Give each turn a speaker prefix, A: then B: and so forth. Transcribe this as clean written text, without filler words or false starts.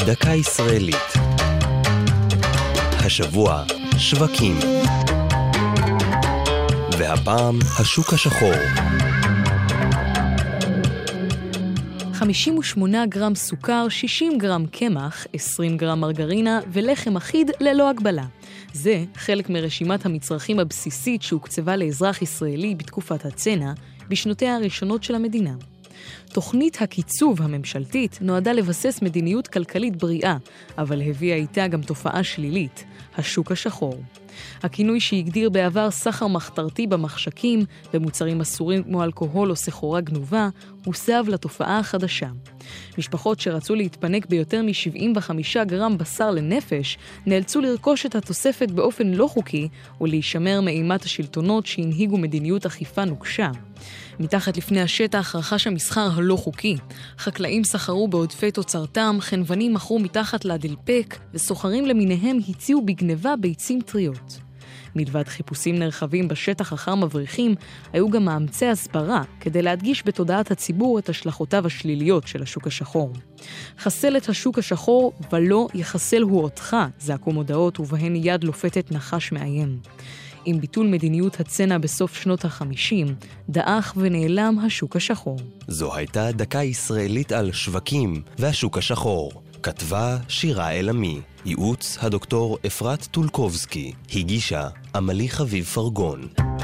A: דקה ישראלית. השבוע שווקים. והפעם השוק השחור.
B: 58 גרם סוכר, 60 גרם קמח, 20 גרם מרגרינה ולחם אחיד ללא הגבלה. זה חלק מרשימת המצרכים הבסיסית שהוקצבה לאזרח ישראלי בתקופת הצנע בשנותיה הראשונות של המדינה. תוכנית הקיצוב הממשלתית נועדה לבסס מדיניות כלכלית בריאה, אבל הביאה איתה גם תופעה שלילית, השוק השחור. הכינוי שהגדיר בעבר סחר מחתרתי במחשקים, במוצרים אסורים כמו אלכוהול או סחורה גנובה, הוסב לתופעה החדשה. משפחות שרצו להתפנק ביותר מ-75 גרם בשר לנפש, נאלצו לרכוש את התוספת באופן לא חוקי, ולהישמר מאימת השלטונות שהנהיגו מדיניות אכיפה נוקשה. מתחת לפני השטח רכש המסחר הלא חוקי. חקלאים סחרו בעודפי תוצרתם, חנוונים מכרו מתחת לדלפק, וסוחרים למיניהם הציעו בגניבה ביצים טריות. מלבד חיפושים נרחבים בשטח אחר מבריחים, היו גם מאמצי הסברה כדי להדגיש בתודעת הציבור את השלכותיו השליליות של השוק השחור. חסל את השוק השחור ולא יחסל הוא אותך, זעקו מודעות ובהן יד לופתת נחש מאיים. עם ביטול מדיניות הצנע בסוף שנות ה-50, דעך ונעלם השוק השחור.
A: זו הייתה דקה ישראלית על שווקים והשוק השחור. כתבה שירה אלעמי, ייעוץ הדוקטור אפרת טולקובסקי, הגישה עמלי חביב פרגון.